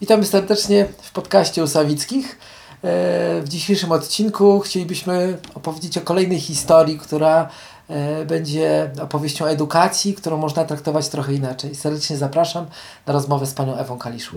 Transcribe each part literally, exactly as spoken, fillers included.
Witamy serdecznie w podcaście Usawickich. W dzisiejszym odcinku chcielibyśmy opowiedzieć o kolejnej historii, która będzie opowieścią edukacji, którą można traktować trochę inaczej. Serdecznie zapraszam na rozmowę z panią Ewą Kaliszuk.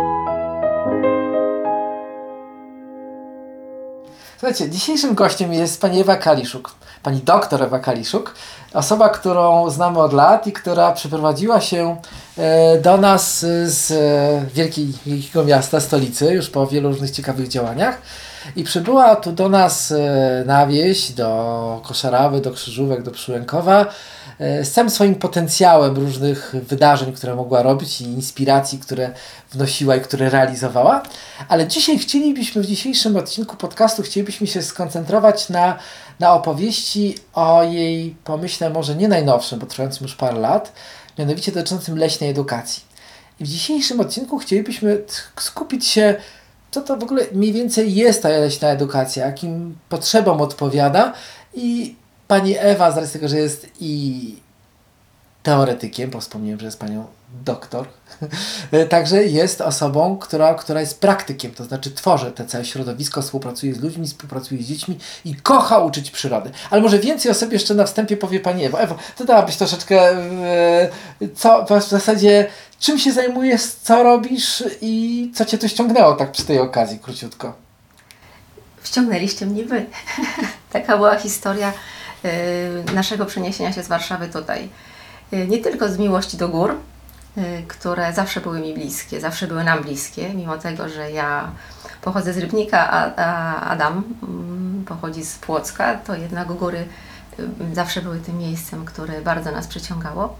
Słuchajcie, dzisiejszym gościem jest pani Ewa Kaliszuk, pani doktor Ewa Kaliszuk, osoba, którą znamy od lat i która przyprowadziła się do nas z wielkiej, wielkiego miasta, stolicy, już po wielu różnych ciekawych działaniach i przybyła tu do nas na wieś, do Koszarawy, do Krzyżówek, do Przyłękowa z całym swoim potencjałem różnych wydarzeń, które mogła robić i inspiracji, które wnosiła i które realizowała. Ale dzisiaj chcielibyśmy, w dzisiejszym odcinku podcastu chcielibyśmy się skoncentrować na, na opowieści o jej pomyśle może nie najnowszym, bo trwającym już parę lat, mianowicie dotyczącym leśnej edukacji. I w dzisiejszym odcinku chcielibyśmy skupić się, co to w ogóle mniej więcej jest ta leśna edukacja, jakim potrzebom odpowiada. I pani Ewa, z racji tego, że jest i teoretykiem, bo wspomniałem, że jest panią doktor, także jest osobą, która, która jest praktykiem, to znaczy tworzy te całe środowisko, współpracuje z ludźmi, współpracuje z dziećmi i kocha uczyć przyrody. Ale może więcej o sobie jeszcze na wstępie powie pani Ewa. Ewo, to dałabyś troszeczkę, co w zasadzie, czym się zajmujesz, co robisz i co cię tu ściągnęło tak przy tej okazji, króciutko. Wciągnęliście mnie wy. Taka była historia y, naszego przeniesienia się z Warszawy tutaj. Y, nie tylko z miłości do gór, y, które zawsze były mi bliskie, zawsze były nam bliskie, mimo tego, że ja pochodzę z Rybnika, a, a Adam y, pochodzi z Płocka, to jednak góry y, zawsze były tym miejscem, które bardzo nas przyciągało.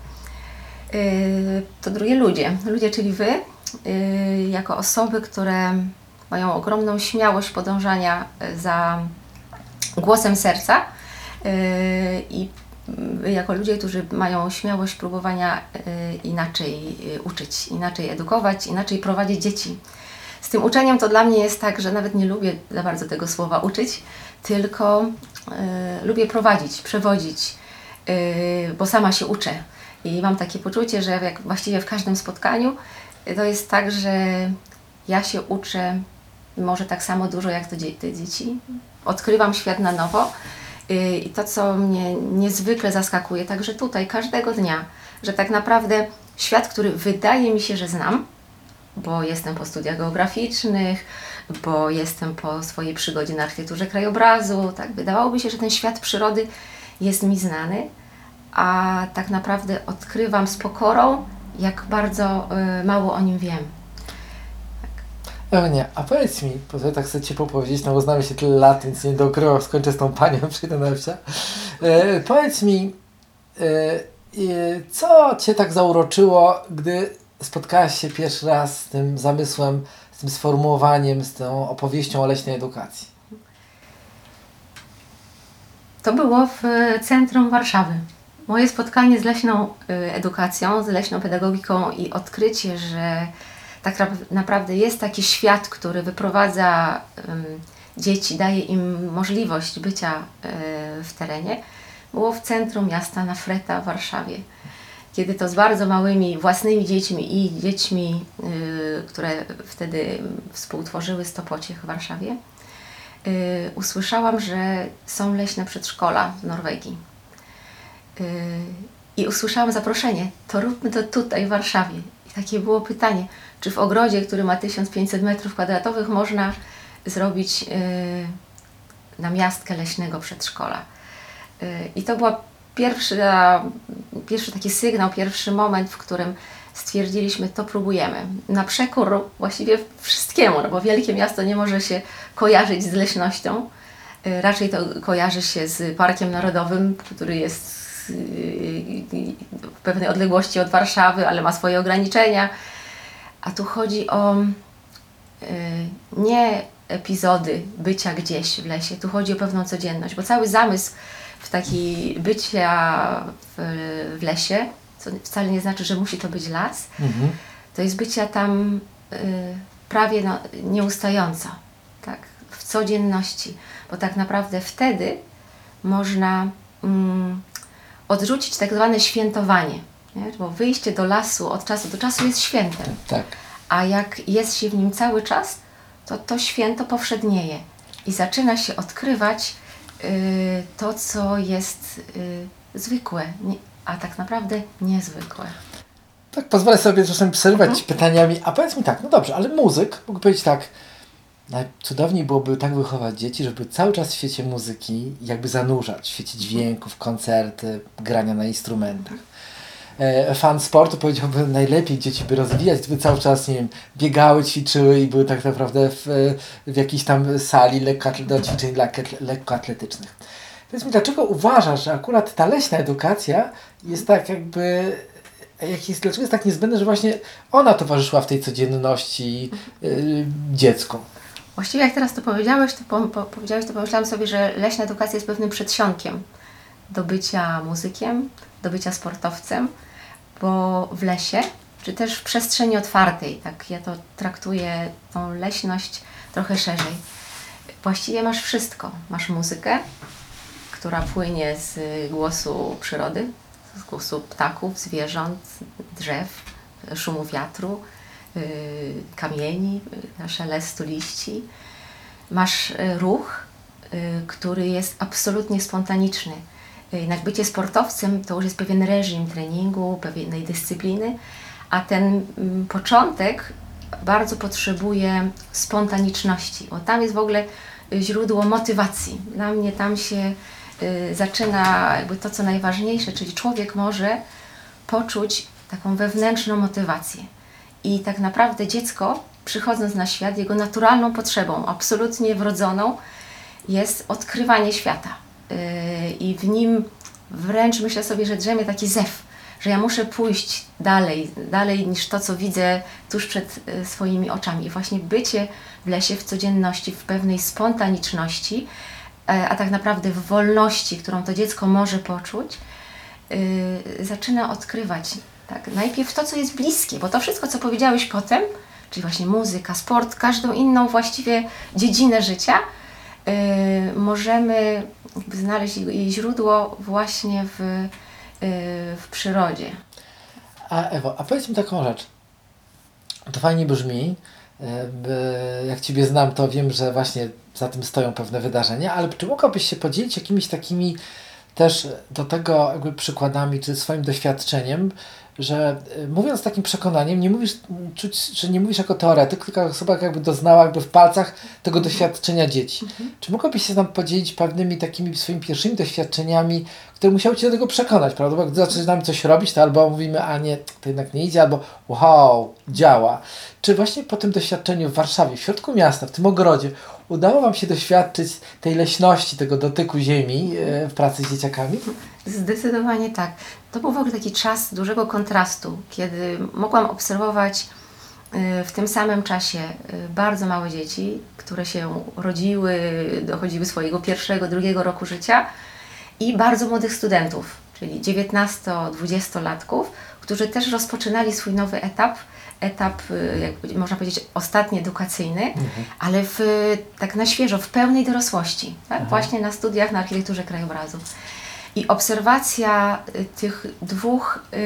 Y, to drugie ludzie. Ludzie, czyli wy, y, jako osoby, które mają ogromną śmiałość podążania za głosem serca yy, i jako ludzie, którzy mają śmiałość próbowania yy, inaczej yy, uczyć, inaczej edukować, inaczej prowadzić dzieci. Z tym uczeniem to dla mnie jest tak, że nawet nie lubię za bardzo tego słowa uczyć, tylko yy, lubię prowadzić, przewodzić, yy, bo sama się uczę. I mam takie poczucie, że jak właściwie w każdym spotkaniu yy, to jest tak, że ja się uczę może tak samo dużo jak te dzieci. Odkrywam świat na nowo i to, co mnie niezwykle zaskakuje, także tutaj, każdego dnia, że tak naprawdę świat, który wydaje mi się, że znam, bo jestem po studiach geograficznych, bo jestem po swojej przygodzie na architekturze krajobrazu, tak, wydawałoby się, że ten świat przyrody jest mi znany, a tak naprawdę odkrywam z pokorą, jak bardzo y, mało o nim wiem. Ewnie, a powiedz mi, bo ja tak chcę ciepło powiedzieć, no bo znamy się tyle lat, więc nie dokrywał, skończę z tą panią, przyjdę na wsia. E, powiedz mi, e, e, co cię tak zauroczyło, gdy spotkałaś się pierwszy raz z tym zamysłem, z tym sformułowaniem, z tą opowieścią o leśnej edukacji? To było w centrum Warszawy. Moje spotkanie z leśną edukacją, z leśną pedagogiką i odkrycie, że tak naprawdę jest taki świat, który wyprowadza um, dzieci, daje im możliwość bycia y, w terenie, było w centrum miasta na Freta w Warszawie. Kiedy to z bardzo małymi własnymi dziećmi i dziećmi, y, które wtedy współtworzyły Stopociech w Warszawie, y, usłyszałam, że są leśne przedszkola w Norwegii. Y, I usłyszałam zaproszenie, to róbmy to tutaj w Warszawie. I takie było pytanie, czy w ogrodzie, który ma tysiąc pięćset metrów kwadratowych, można zrobić yy, namiastkę leśnego przedszkola. Yy, I to był pierwszy, pierwszy taki sygnał, pierwszy moment, w którym stwierdziliśmy, to próbujemy. Na przekór właściwie wszystkiemu, no bo wielkie miasto nie może się kojarzyć z leśnością. Yy, raczej to kojarzy się z Parkiem Narodowym, który jest w pewnej odległości od Warszawy, ale ma swoje ograniczenia. A tu chodzi o y, nie epizody bycia gdzieś w lesie, tu chodzi o pewną codzienność, bo cały zamysł w taki bycia w, w lesie, co wcale nie znaczy, że musi to być las, mhm. to jest bycia tam y, prawie no, nieustająco, tak, w codzienności, bo tak naprawdę wtedy można mm, odrzucić tak zwane świętowanie, nie? Bo wyjście do lasu od czasu do czasu jest świętem. Tak. A jak jest się w nim cały czas, to to święto powszednieje i zaczyna się odkrywać y, to, co jest y, zwykłe, nie, a tak naprawdę niezwykłe. Tak, pozwolę sobie czasem przerywać Mhm. pytaniami, a powiedz mi tak, no dobrze, ale muzyk, mogę powiedzieć tak, najcudowniej byłoby tak wychować dzieci, żeby cały czas w świecie muzyki jakby zanurzać, w świecie dźwięków, koncerty, grania na instrumentach. E, fan sportu powiedziałby, najlepiej dzieci by rozwijać, by cały czas, nie wiem, biegały, ćwiczyły i były tak naprawdę w, w jakiejś tam sali lekko, do ćwiczeń lekkoatletycznych. Powiedz mi, dlaczego uważasz, że akurat ta leśna edukacja jest tak jakby, jak jest, dlaczego jest tak niezbędna, że właśnie ona towarzyszyła w tej codzienności yy, dziecku? Właściwie jak teraz to powiedziałeś, to, po, po, powiedziałeś, to pomyślałam sobie, że leśna edukacja jest pewnym przedsionkiem do bycia muzykiem, do bycia sportowcem, bo w lesie, czy też w przestrzeni otwartej, tak ja to traktuję, tą leśność trochę szerzej. Właściwie masz wszystko. Masz muzykę, która płynie z głosu przyrody, z głosu ptaków, zwierząt, drzew, szumu wiatru, yy, kamieni, yy, szelestu liści. Masz yy, ruch, yy, który jest absolutnie spontaniczny. Jednak bycie sportowcem to już jest pewien reżim treningu, pewnej dyscypliny, a ten mm, początek bardzo potrzebuje spontaniczności, bo tam jest w ogóle źródło motywacji. Dla mnie tam się y, zaczyna jakby to, co najważniejsze, czyli człowiek może poczuć taką wewnętrzną motywację. I tak naprawdę dziecko, przychodząc na świat, jego naturalną potrzebą, absolutnie wrodzoną, jest odkrywanie świata. I w nim wręcz myślę sobie, że drzemie taki zew, że ja muszę pójść dalej, dalej niż to, co widzę tuż przed swoimi oczami. I właśnie bycie w lesie, w codzienności, w pewnej spontaniczności, a tak naprawdę w wolności, którą to dziecko może poczuć, yy, zaczyna odkrywać tak, najpierw to, co jest bliskie, bo to wszystko, co powiedziałeś potem, czyli właśnie muzyka, sport, każdą inną właściwie dziedzinę życia, Yy, możemy znaleźć jej źródło właśnie w, yy, w przyrodzie. A Ewo, a powiedz mi taką rzecz. To fajnie brzmi. Yy, jak Ciebie znam, to wiem, że właśnie za tym stoją pewne wydarzenia, ale czy mogłabyś się podzielić jakimiś takimi też do tego jakby przykładami, czy swoim doświadczeniem, że y, mówiąc takim przekonaniem, nie mówisz, czuć, że nie mówisz jako teoretyk, tylko jako osoba jakby doznała jakby w palcach tego doświadczenia dzieci. Mhm. Czy mogłabyś się nam podzielić pewnymi takimi swoimi pierwszymi doświadczeniami, które musiały Cię do tego przekonać, prawda? Bo gdy zaczynamy coś robić, to albo mówimy, a nie, to jednak nie idzie, albo wow, działa. Czy właśnie po tym doświadczeniu w Warszawie, w środku miasta, w tym ogrodzie, udało Wam się doświadczyć tej leśności, tego dotyku ziemi y, w pracy z dzieciakami? Zdecydowanie tak. To był w ogóle taki czas dużego kontrastu, kiedy mogłam obserwować y, w tym samym czasie y, bardzo małe dzieci, które się rodziły, dochodziły swojego pierwszego, drugiego roku życia i bardzo młodych studentów, czyli dziewiętnasto-dwudziestolatków, którzy też rozpoczynali swój nowy etap, etap, y, jak można powiedzieć, ostatni edukacyjny, Mhm. ale w, tak na świeżo, w pełnej dorosłości, tak? Aha. Właśnie na studiach na architekturze krajobrazu. I obserwacja y, tych dwóch y,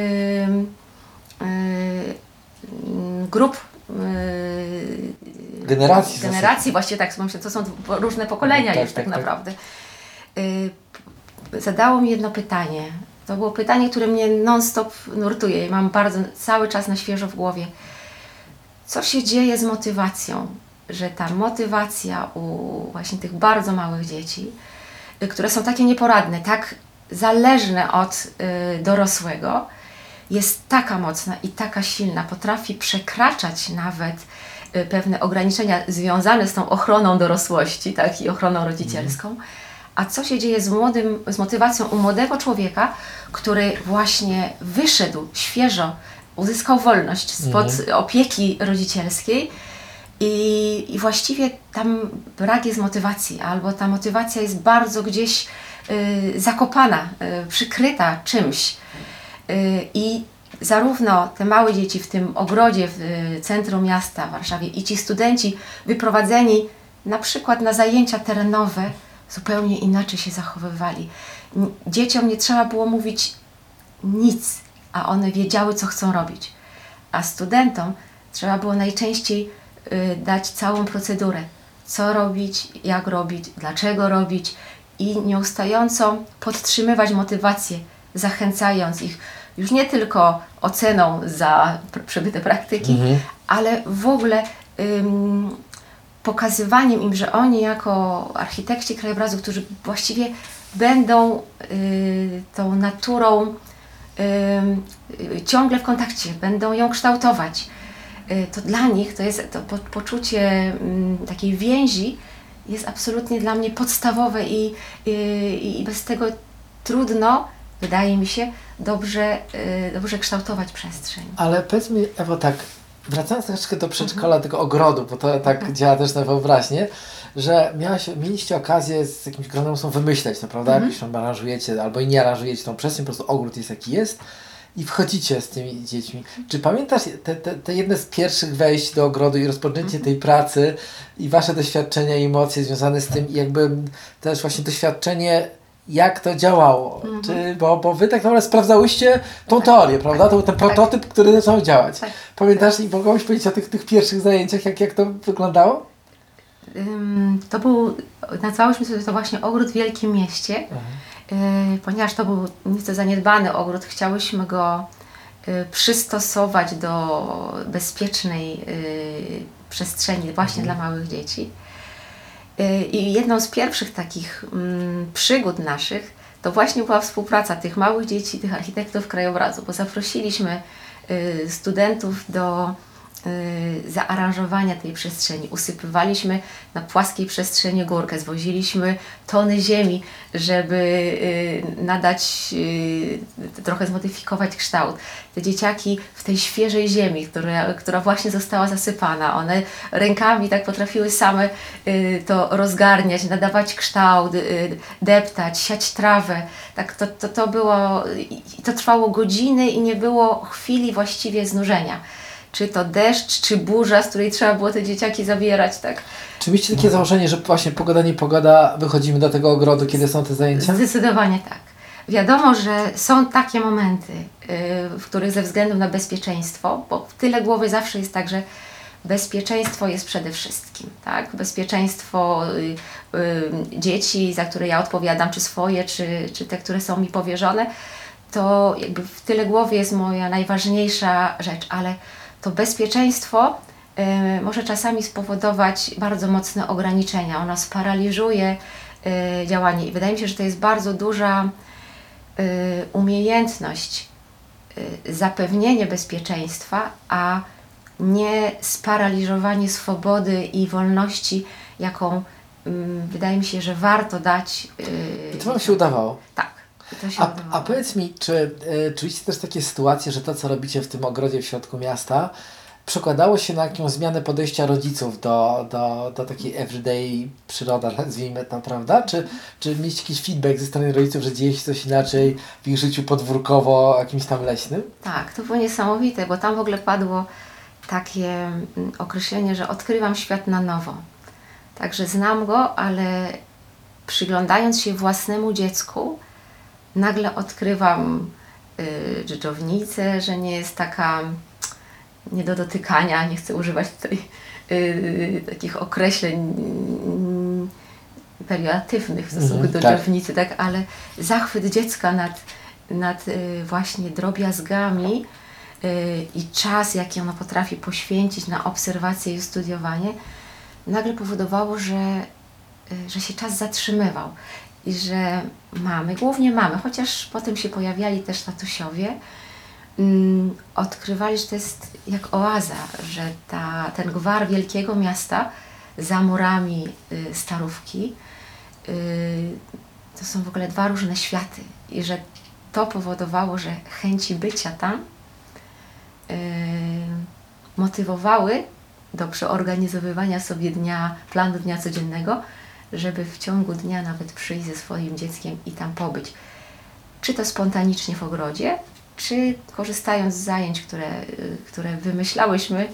y, grup y, Generacji w generacji zasadzie. właściwie tak myślę, to są dwo- różne pokolenia Tak, już tak, tak, tak. naprawdę. Y, p- zadało mi jedno pytanie. To było pytanie, które mnie non-stop nurtuje i mam bardzo cały czas na świeżo w głowie. Co się dzieje z motywacją? Że ta motywacja u właśnie tych bardzo małych dzieci, y, które są takie nieporadne, tak zależne od y, dorosłego, jest taka mocna i taka silna, potrafi przekraczać nawet y, pewne ograniczenia związane z tą ochroną dorosłości, tak, i ochroną rodzicielską. A co się dzieje z, młodym, z motywacją u młodego człowieka, który właśnie wyszedł świeżo, uzyskał wolność spod Mhm. opieki rodzicielskiej i, i właściwie tam brak jest motywacji, albo ta motywacja jest bardzo gdzieś y, zakopana, y, przykryta czymś. Y, I zarówno te małe dzieci w tym ogrodzie w y, centrum miasta w Warszawie i ci studenci wyprowadzeni na przykład na zajęcia terenowe zupełnie inaczej się zachowywali. N- Dzieciom nie trzeba było mówić nic, a one wiedziały, co chcą robić. A studentom Trzeba było najczęściej y, dać całą procedurę. Co robić, jak robić, dlaczego robić i nieustająco podtrzymywać motywację, zachęcając ich już nie tylko oceną za pr- przebyte praktyki, Mhm. ale w ogóle ym, pokazywaniem im, że oni jako architekci krajobrazu, którzy właściwie będą y, tą naturą y, y, ciągle w kontakcie, będą ją kształtować. Y, to dla nich to jest to po, poczucie y, takiej więzi jest absolutnie dla mnie podstawowe i, y, i bez tego trudno, wydaje mi się, dobrze, y, dobrze kształtować przestrzeń. Ale powiedz mi, Ewo, tak, wracając troszeczkę do przedszkola, tego ogrodu, bo to tak działa też na wyobraźnię, że miałaś, mieliście okazję z jakimś gronem osobą wymyśleć, no prawda, Mhm. jakieś tam aranżujecie, albo i nie aranżujecie tą przestrzeń, po prostu ogród jest jaki jest i wchodzicie z tymi dziećmi. Czy pamiętasz te, te, te jedne z pierwszych wejść do ogrodu i rozpoczęcie tej pracy i wasze doświadczenia i emocje związane z tym i jakby też właśnie doświadczenie, jak to działało? Mhm. Czy, bo, bo wy tak naprawdę sprawdzałyście tą Tak, teorię, prawda? tak, To był ten tak. prototyp, który zaczął działać. Tak. Pamiętasz i mogłabyś powiedzieć o tych, tych pierwszych zajęciach, jak, jak to wyglądało? Ym, To był, nazwałyśmy sobie to właśnie ogród w wielkim mieście, yy, ponieważ to był nieco zaniedbany ogród, chciałyśmy go yy, przystosować do bezpiecznej yy, przestrzeni właśnie dla małych dzieci. Yy, I jedną z pierwszych takich mm, przygód naszych to właśnie była współpraca tych małych dzieci, tych architektów krajobrazu, bo zaprosiliśmy yy, studentów do y, zaaranżowania tej przestrzeni. Usypywaliśmy na płaskiej przestrzeni górkę, zwoziliśmy tony ziemi, żeby y, nadać, y, trochę zmodyfikować kształt. Te dzieciaki w tej świeżej ziemi, która, która właśnie została zasypana, one rękami tak potrafiły same y, to rozgarniać, nadawać kształt, y, deptać, siać trawę. Tak to, to, to było, i to trwało godziny i nie było chwili właściwie znużenia. Czy to deszcz, czy burza, z której trzeba było te dzieciaki zabierać, tak? Czy mieliście takie założenie, że właśnie pogoda, nie pogoda, wychodzimy do tego ogrodu, kiedy są te zajęcia? Zdecydowanie tak. Wiadomo, że są takie momenty, yy, w których ze względu na bezpieczeństwo, bo w tyle głowy zawsze jest tak, że bezpieczeństwo jest przede wszystkim, tak? Bezpieczeństwo y, y, dzieci, za które ja odpowiadam, czy swoje, czy, czy te, które są mi powierzone, to jakby w tyle głowy jest moja najważniejsza rzecz, ale to bezpieczeństwo y, może czasami spowodować bardzo mocne ograniczenia. Ono sparaliżuje y, działanie i wydaje mi się, że to jest bardzo duża y, umiejętność, y, zapewnienie bezpieczeństwa, a nie sparaliżowanie swobody i wolności, jaką ym, wydaje mi się, że warto dać. Yy, I to wam się udawało. Tak, to się A, udawało. a powiedz mi, czy y, czuliście też takie sytuacje, że to, co robicie w tym ogrodzie w środku miasta, przekładało się na jakąś zmianę podejścia rodziców do, do, do takiej everyday przyroda, nazwijmy to, prawda? Czy, czy mieliście jakiś feedback ze strony rodziców, że dzieje się coś inaczej w ich życiu podwórkowo, jakimś tam leśnym? Tak, to było niesamowite, bo tam w ogóle padło takie mm, określenie, że odkrywam świat na nowo. Także znam go, ale przyglądając się własnemu dziecku, nagle odkrywam y, dżdżownicę, że nie jest taka nie do dotykania, nie chcę używać tutaj y, takich określeń y, periatywnych w stosunku Mhm, do tak. dżdżownicy, tak, ale zachwyt dziecka nad, nad y, właśnie drobiazgami y, i czas, jaki ono potrafi poświęcić na obserwację i studiowanie, nagle powodowało, że, y, że się czas zatrzymywał i że mamy, głównie mamy, chociaż potem się pojawiali też tatusiowie, mm, odkrywali, że to jest jak oaza, że ta, ten gwar wielkiego miasta za murami y, Starówki y, to są w ogóle dwa różne światy i że to powodowało, że chęci bycia tam y, motywowały do przeorganizowywania sobie dnia, planu dnia codziennego, żeby w ciągu dnia nawet przyjść ze swoim dzieckiem i tam pobyć. Czy to spontanicznie w ogrodzie, czy korzystając z zajęć, które, y, które wymyślałyśmy y,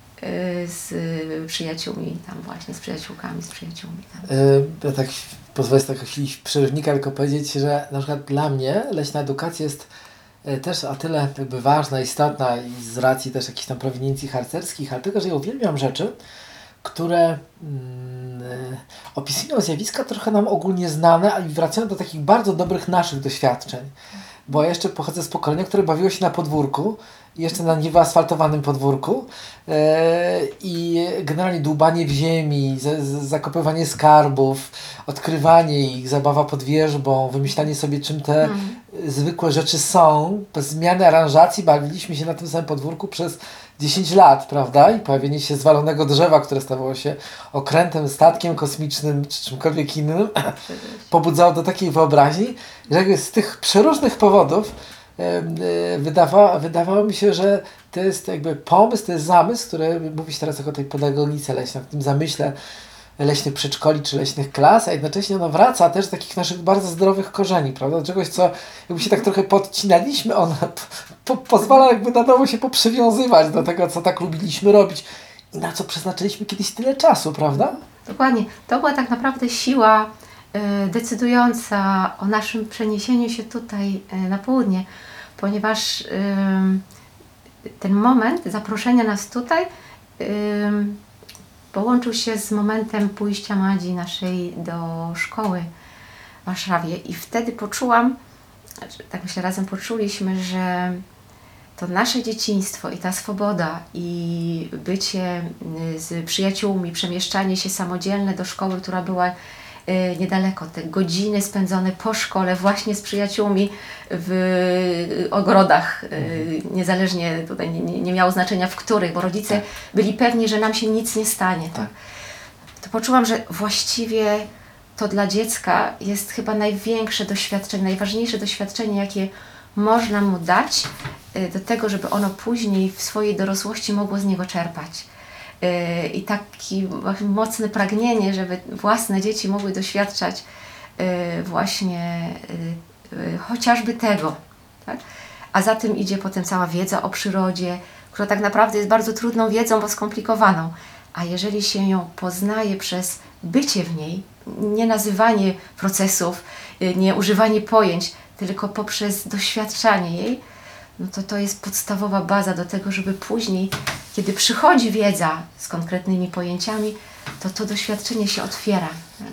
z przyjaciółmi tam właśnie, z przyjaciółkami, z przyjaciółmi tam. Yy, ja tak pozwolę sobie tak chwili przerywnika tylko powiedzieć, że na przykład dla mnie leśna edukacja jest e, też o tyle jakby ważna, istotna i z racji też jakichś tam prowiniencji harcerskich, ale tego, że ja uwielbiam rzeczy, które mm, e, opisują zjawiska trochę nam ogólnie znane, a i wracają do takich bardzo dobrych naszych doświadczeń. Bo ja jeszcze pochodzę z pokolenia, które bawiło się na podwórku, jeszcze na niewyasfaltowanym podwórku e, i generalnie dłubanie w ziemi, z, z, zakopywanie skarbów, odkrywanie ich, zabawa pod wierzbą, wymyślanie sobie czym te Mhm. zwykłe rzeczy są. Bez zmiany aranżacji bawiliśmy się na tym samym podwórku przez dziesięć lat, prawda? I pojawienie się zwalonego drzewa, które stawało się okrętem, statkiem kosmicznym czy czymkolwiek innym, pobudzało do takiej wyobraźni, że jakby z tych przeróżnych powodów e, e, wydawa, wydawało mi się, że to jest jakby pomysł, to jest zamysł, który mówi się teraz o tej pedagogice leśnej, o tym zamyśle leśnych przedszkoli czy leśnych klas, a jednocześnie ono wraca też z takich naszych bardzo zdrowych korzeni, prawda? Do czegoś, co jakby się tak trochę podcinaliśmy, ono po, pozwala jakby na nowo się poprzywiązywać do tego, co tak lubiliśmy robić i na co przeznaczyliśmy kiedyś tyle czasu, prawda? Dokładnie. To była tak naprawdę siła y, decydująca o naszym przeniesieniu się tutaj y, na południe, ponieważ y, ten moment zaproszenia nas tutaj y, połączył się z momentem pójścia Madzi naszej do szkoły w Warszawie i wtedy poczułam, znaczy, tak myślę, razem poczuliśmy, że to nasze dzieciństwo i ta swoboda i bycie y, z przyjaciółmi, przemieszczanie się samodzielne do szkoły, która była y, niedaleko, te godziny spędzone po szkole właśnie z przyjaciółmi w y, ogrodach, y, niezależnie tutaj nie, nie, nie miało znaczenia w których, bo rodzice Tak. byli pewni, że nam się nic nie stanie. Tak? To poczułam, że właściwie to dla dziecka jest chyba największe doświadczenie, najważniejsze doświadczenie, jakie można mu dać y, do tego, żeby ono później w swojej dorosłości mogło z niego czerpać. Y, I takie mocne pragnienie, żeby własne dzieci mogły doświadczać y, właśnie y, y, chociażby tego. Tak? A za tym idzie potem cała wiedza o przyrodzie, która tak naprawdę jest bardzo trudną wiedzą, bo skomplikowaną. A jeżeli się ją poznaje przez bycie w niej, nie nazywanie procesów, y, nie używanie pojęć, tylko poprzez doświadczanie jej, no to to jest podstawowa baza do tego, żeby później, kiedy przychodzi wiedza z konkretnymi pojęciami, to to doświadczenie się otwiera. Tak?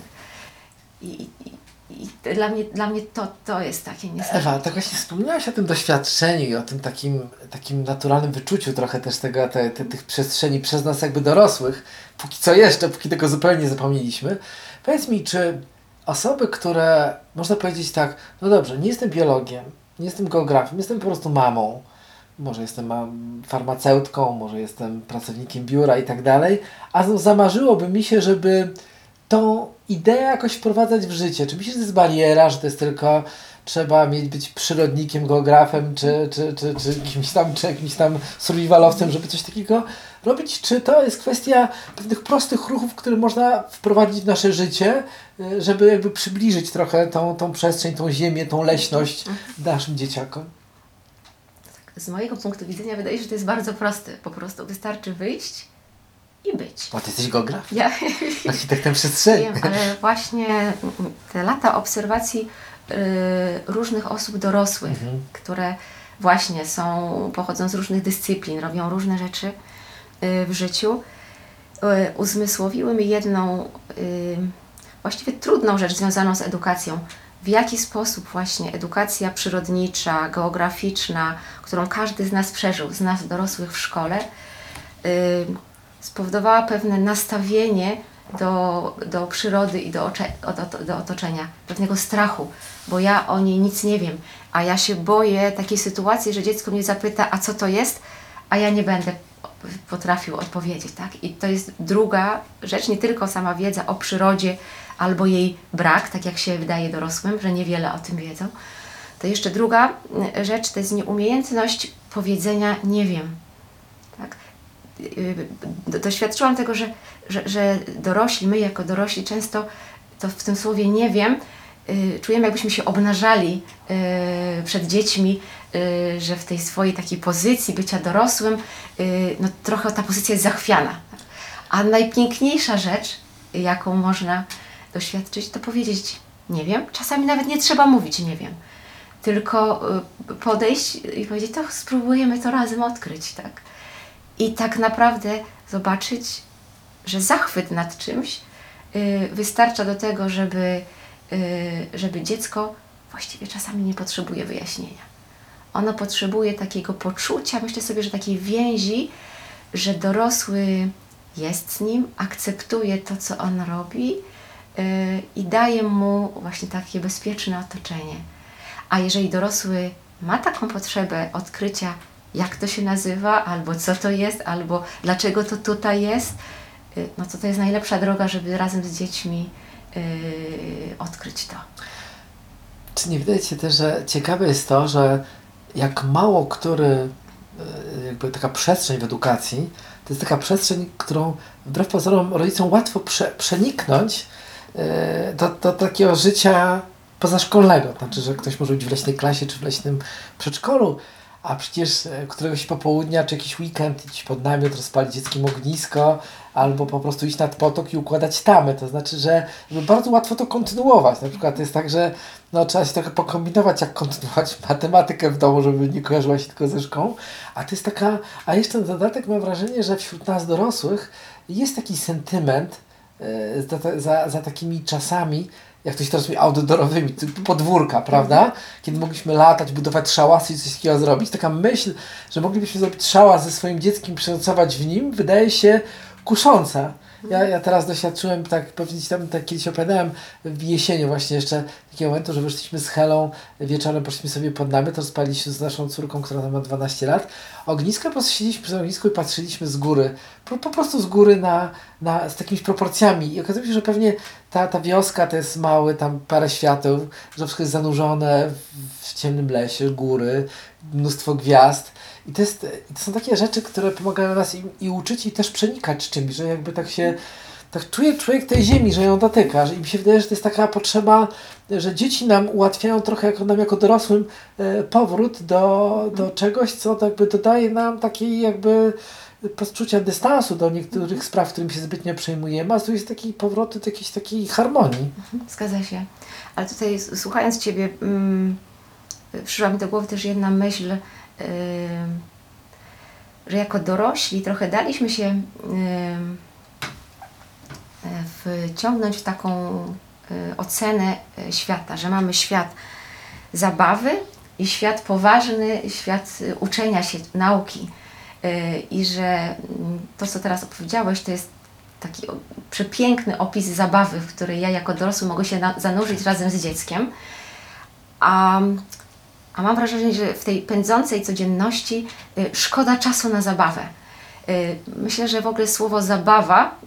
I, i, i dla mnie, dla mnie to, to jest takie niesamowite. Ewa, tak właśnie wspomniałaś o tym doświadczeniu i o tym takim, takim naturalnym wyczuciu trochę też tego, te, te, tych przestrzeni przez nas jakby dorosłych, póki co jeszcze, póki tego zupełnie nie zapomnieliśmy. Powiedz mi, czy osoby, które, można powiedzieć tak, no dobrze, nie jestem biologiem, nie jestem geografem, jestem po prostu mamą, może jestem mam, farmaceutką, może jestem pracownikiem biura i tak dalej, a zamarzyłoby mi się, żeby tą ideę jakoś wprowadzać w życie. Czy myślisz, że to jest bariera, że to jest tylko trzeba mieć być przyrodnikiem, geografem, czy, czy, czy, czy, kimś tam, czy jakimś tam survivalowcem, żeby coś takiego robić? Czy to jest kwestia pewnych prostych ruchów, które można wprowadzić w nasze życie, żeby jakby przybliżyć trochę tą, tą przestrzeń, tą ziemię, tą leśność naszym dzieciakom? Z mojego punktu widzenia wydaje się, że to jest bardzo proste. Po prostu wystarczy wyjść i być. O, ty jesteś geograf? Ja Architektem przestrzeni. wiem, ale właśnie te lata obserwacji y, różnych osób dorosłych, Mhm. które właśnie są, pochodzą z różnych dyscyplin, robią różne rzeczy y, w życiu, y, uzmysłowiły mi jedną y, właściwie trudną rzecz związaną z edukacją. W jaki sposób właśnie edukacja przyrodnicza, geograficzna, którą każdy z nas przeżył, z nas dorosłych w szkole, yy, spowodowała pewne nastawienie do, do przyrody i do, ocze, do, do otoczenia, pewnego strachu, bo ja o niej nic nie wiem, a ja się boję takiej sytuacji, że dziecko mnie zapyta, a co to jest, a ja nie będę potrafił odpowiedzieć. Tak? I to jest druga rzecz, nie tylko sama wiedza o przyrodzie, albo jej brak, tak jak się wydaje dorosłym, że niewiele o tym wiedzą. To jeszcze druga rzecz, to jest nieumiejętność powiedzenia nie wiem. Tak? Doświadczyłam tego, że, że, że dorośli, my jako dorośli często to w tym słowie nie wiem, y, czujemy jakbyśmy się obnażali y, przed dziećmi, y, że w tej swojej takiej pozycji bycia dorosłym, y, no trochę ta pozycja jest zachwiana. Tak? A najpiękniejsza rzecz, jaką można doświadczyć, to powiedzieć nie wiem. Czasami nawet nie trzeba mówić nie wiem. tylko y, podejść i powiedzieć, to spróbujemy to razem odkryć, tak? I tak naprawdę zobaczyć, że zachwyt nad czymś y, wystarcza do tego, żeby, y, żeby dziecko właściwie czasami nie potrzebuje wyjaśnienia. Ono potrzebuje takiego poczucia, myślę sobie, że takiej więzi, że dorosły jest z nim, akceptuje to, co on robi yy, i daje mu właśnie takie bezpieczne otoczenie. A jeżeli dorosły ma taką potrzebę odkrycia, jak to się nazywa, albo co to jest, albo dlaczego to tutaj jest, yy, no to to jest najlepsza droga, żeby razem z dziećmi yy, odkryć to. Czy nie wydaje Ci się też, że ciekawe jest to, że jak mało który, jakby taka przestrzeń w edukacji, to jest taka przestrzeń, którą wbrew pozorom rodzicom łatwo prze, przeniknąć do, do takiego życia pozaszkolnego. Znaczy, że ktoś może być w leśnej klasie czy w leśnym przedszkolu, a przecież któregoś popołudnia czy jakiś weekend iść pod namiot, rozpalić dzieckiem ognisko, albo po prostu iść nad potok i układać tamy. To znaczy, że bardzo łatwo to kontynuować. Na przykład jest tak, że no, trzeba się trochę pokombinować, jak kontynuować matematykę w domu, żeby nie kojarzyła się tylko ze szkołą. A to jest taka, a jeszcze na dodatek mam wrażenie, że wśród nas dorosłych jest taki sentyment yy, za, za, za takimi czasami, jak to się teraz mówi, outdoorowymi, typu podwórka, prawda? Kiedy mogliśmy latać, budować szałasy i coś takiego zrobić. Taka myśl, że moglibyśmy zrobić szałas ze swoim dzieckiem, przenocować w nim, wydaje się kusząca. Ja, ja teraz doświadczyłem, tak powiedzieć, tam tak kiedyś opowiadałem w jesieni właśnie jeszcze takiego momentu, że wyszliśmy z Helą, wieczorem poszliśmy sobie pod namiot, rozpaliliśmy z naszą córką, która tam ma dwanaście lat, ognisko, po prostu siedzieliśmy przy ognisku i patrzyliśmy z góry, po, po prostu z góry na, na, z takimiś proporcjami i okazuje się, że pewnie ta, ta wioska to jest mały, tam parę świateł, że wszystko jest zanurzone w, w ciemnym lesie, góry, mnóstwo gwiazd. I to, jest, I to są takie rzeczy, które pomagają nas i, i uczyć i też przenikać czymś, że jakby tak się, tak czuje człowiek tej ziemi, że ją dotyka, że i mi się wydaje, że to jest taka potrzeba, że dzieci nam ułatwiają trochę, jako nam jako dorosłym, e, powrót do, do czegoś, co jakby dodaje nam takiej jakby poczucia dystansu do niektórych spraw, którym się zbytnio przejmujemy, a tu jest taki powrót do jakiejś takiej harmonii. Zgadza się. Ale tutaj słuchając Ciebie, mm, przyszła mi do głowy też jedna myśl, Yy, że jako dorośli trochę daliśmy się yy, wciągnąć w taką yy, ocenę yy, świata, że mamy świat zabawy i świat poważny, świat yy, uczenia się, nauki. Yy, I że yy, to, co teraz opowiedziałeś, to jest taki o, przepiękny opis zabawy, w której ja jako dorosły mogę się na, zanurzyć razem z dzieckiem. A A mam wrażenie, że w tej pędzącej codzienności y, szkoda czasu na zabawę. Y, myślę, że w ogóle słowo zabawa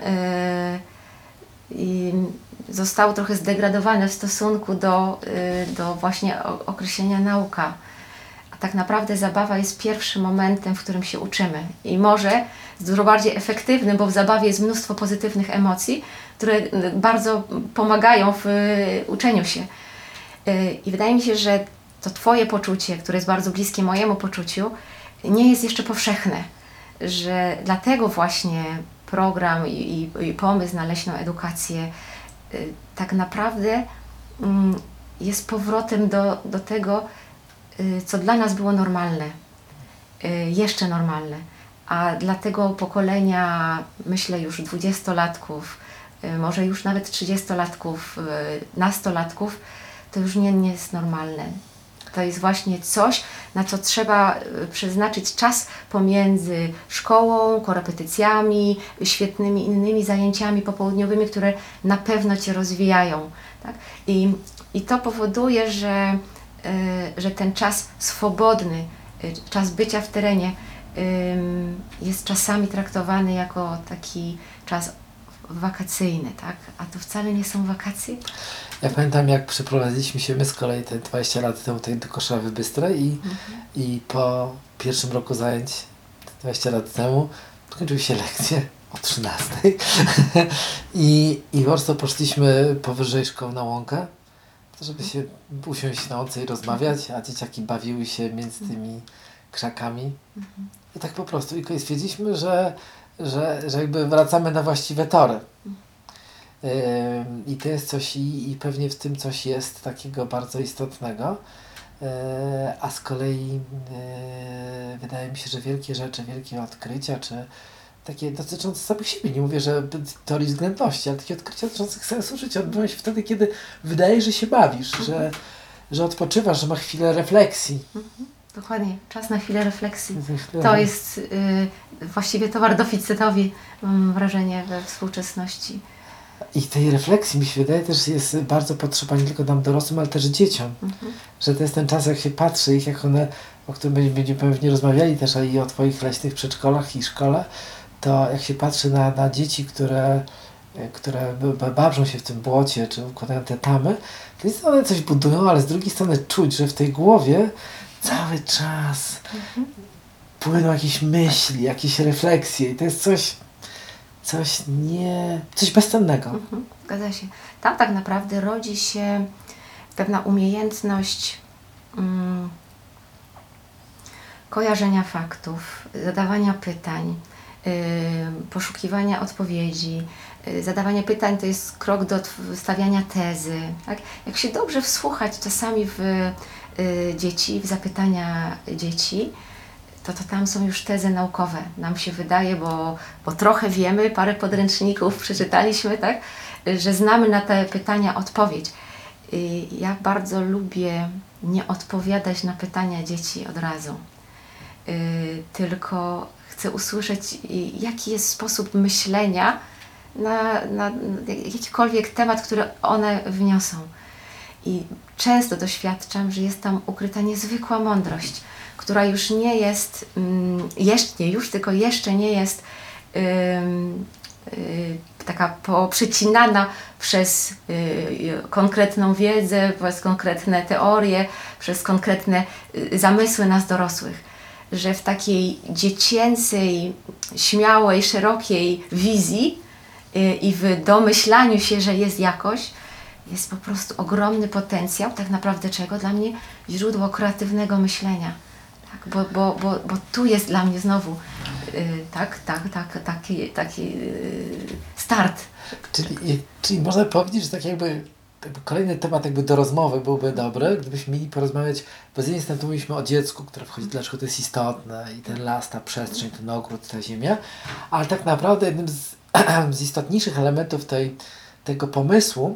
y, y, zostało trochę zdegradowane w stosunku do, y, do właśnie o, określenia nauka. A tak naprawdę zabawa jest pierwszym momentem, w którym się uczymy. I może jest dużo bardziej efektywnym, bo w zabawie jest mnóstwo pozytywnych emocji, które y, bardzo pomagają w y, uczeniu się. Y, I wydaje mi się, że to Twoje poczucie, które jest bardzo bliskie mojemu poczuciu, nie jest jeszcze powszechne. Że dlatego właśnie program i, i, i pomysł na leśną edukację y, tak naprawdę y, jest powrotem do, do tego, y, co dla nas było normalne, y, jeszcze normalne. A dla tego pokolenia, myślę już dwudziestolatków, y, może już nawet trzydziestolatków, y, nastolatków, to już nie, nie jest normalne. To jest właśnie coś, na co trzeba przeznaczyć czas pomiędzy szkołą, korepetycjami, świetnymi innymi zajęciami popołudniowymi, które na pewno Cię rozwijają. Tak? I, i to powoduje, że, y, że ten czas swobodny, y, czas bycia w terenie y, jest czasami traktowany jako taki czas wakacyjny, tak? A to wcale nie są wakacje. Ja pamiętam, jak przeprowadziliśmy się my z kolei te dwadzieścia lat temu tutaj do Koszowy Bystrej i, mhm. i po pierwszym roku zajęć dwadzieścia lat temu skończyły się lekcje o trzynastej I, i po prostu poszliśmy powyżej szkoły na łąkę, żeby się usiąść na łące i rozmawiać, a dzieciaki bawiły się między tymi krzakami. Mhm. I tak po prostu. I stwierdziliśmy, że, że, że jakby wracamy na właściwe tory. I to jest coś, i, i pewnie w tym coś jest takiego bardzo istotnego, e, a z kolei e, wydaje mi się, że wielkie rzeczy, wielkie odkrycia, czy takie dotyczące samych siebie, nie mówię, że teorii względności, ale takie odkrycia dotyczących sensu życia odbywają się wtedy, kiedy wydaje, że się bawisz, mhm. że, że odpoczywasz, że ma chwilę refleksji. Mhm. Dokładnie, czas na chwilę refleksji. To jest y, właściwie towar deficytowy, mam wrażenie, we współczesności. I tej refleksji, mi się wydaje, też jest bardzo potrzeba nie tylko nam dorosłym, ale też dzieciom. Mhm. Że to jest ten czas, jak się patrzy ich, jak one, o którym będziemy pewnie rozmawiali też, a i o Twoich leśnych przedszkolach i szkole, to jak się patrzy na, na dzieci, które, które bawią się w tym błocie, czy układają te tamy, to jest one coś budują, ale z drugiej strony czuć, że w tej głowie cały czas mhm. płyną jakieś myśli, jakieś refleksje i to jest coś, coś nie, coś bezcennego. Mhm. Zgadza się. Tam tak naprawdę rodzi się pewna umiejętność mm, kojarzenia faktów, zadawania pytań, yy, poszukiwania odpowiedzi. Yy, zadawanie pytań to jest krok do stawiania tezy. Tak? Jak się dobrze wsłuchać czasami w yy, dzieci, w zapytania dzieci, to, to tam są już tezy naukowe. Nam się wydaje, bo, bo trochę wiemy, parę podręczników przeczytaliśmy, tak? Że znamy na te pytania odpowiedź. Yy, ja bardzo lubię nie odpowiadać na pytania dzieci od razu. Yy, tylko chcę usłyszeć, jaki jest sposób myślenia na, na jakikolwiek temat, który one wniosą. I często doświadczam, że jest tam ukryta niezwykła mądrość, która już nie jest, um, jeszcze nie już, tylko jeszcze nie jest um, y, taka poprzecinana przez y, konkretną wiedzę, przez konkretne teorie, przez konkretne y, zamysły nas dorosłych. Że w takiej dziecięcej, śmiałej, szerokiej wizji yy, i w domyślaniu się, że jest jakoś, jest po prostu ogromny potencjał, tak naprawdę czego? Dla mnie źródło kreatywnego myślenia. Tak? Bo, bo, bo, bo tu jest dla mnie znowu yy, tak, tak, tak, taki, taki yy, start. Czyli, czyli można powiedzieć, że tak jakby Jakby kolejny temat jakby do rozmowy byłby dobry, gdybyśmy mieli porozmawiać, bo z jednej strony tu mówiliśmy o dziecku, które wchodzi, dlaczego to jest istotne i ten las, ta przestrzeń, ten ogród, ta ziemia, ale tak naprawdę jednym z, z istotniejszych elementów tej, tego pomysłu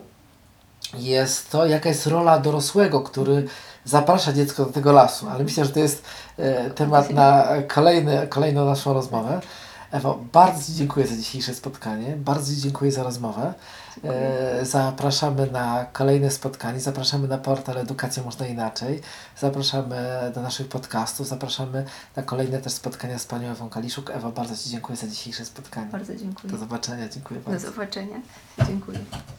jest to, jaka jest rola dorosłego, który zaprasza dziecko do tego lasu, ale myślę, że to jest e, temat na kolejny, kolejną naszą rozmowę. Ewo, bardzo Ci dziękuję za dzisiejsze spotkanie, bardzo Ci dziękuję za rozmowę. E, zapraszamy na kolejne spotkanie, zapraszamy na portal Edukacja Można Inaczej, zapraszamy do naszych podcastów, zapraszamy na kolejne też spotkania z Panią Ewą Kaliszuk. Ewo, bardzo Ci dziękuję za dzisiejsze spotkanie. Bardzo dziękuję. Do zobaczenia, dziękuję bardzo. Do zobaczenia, dziękuję.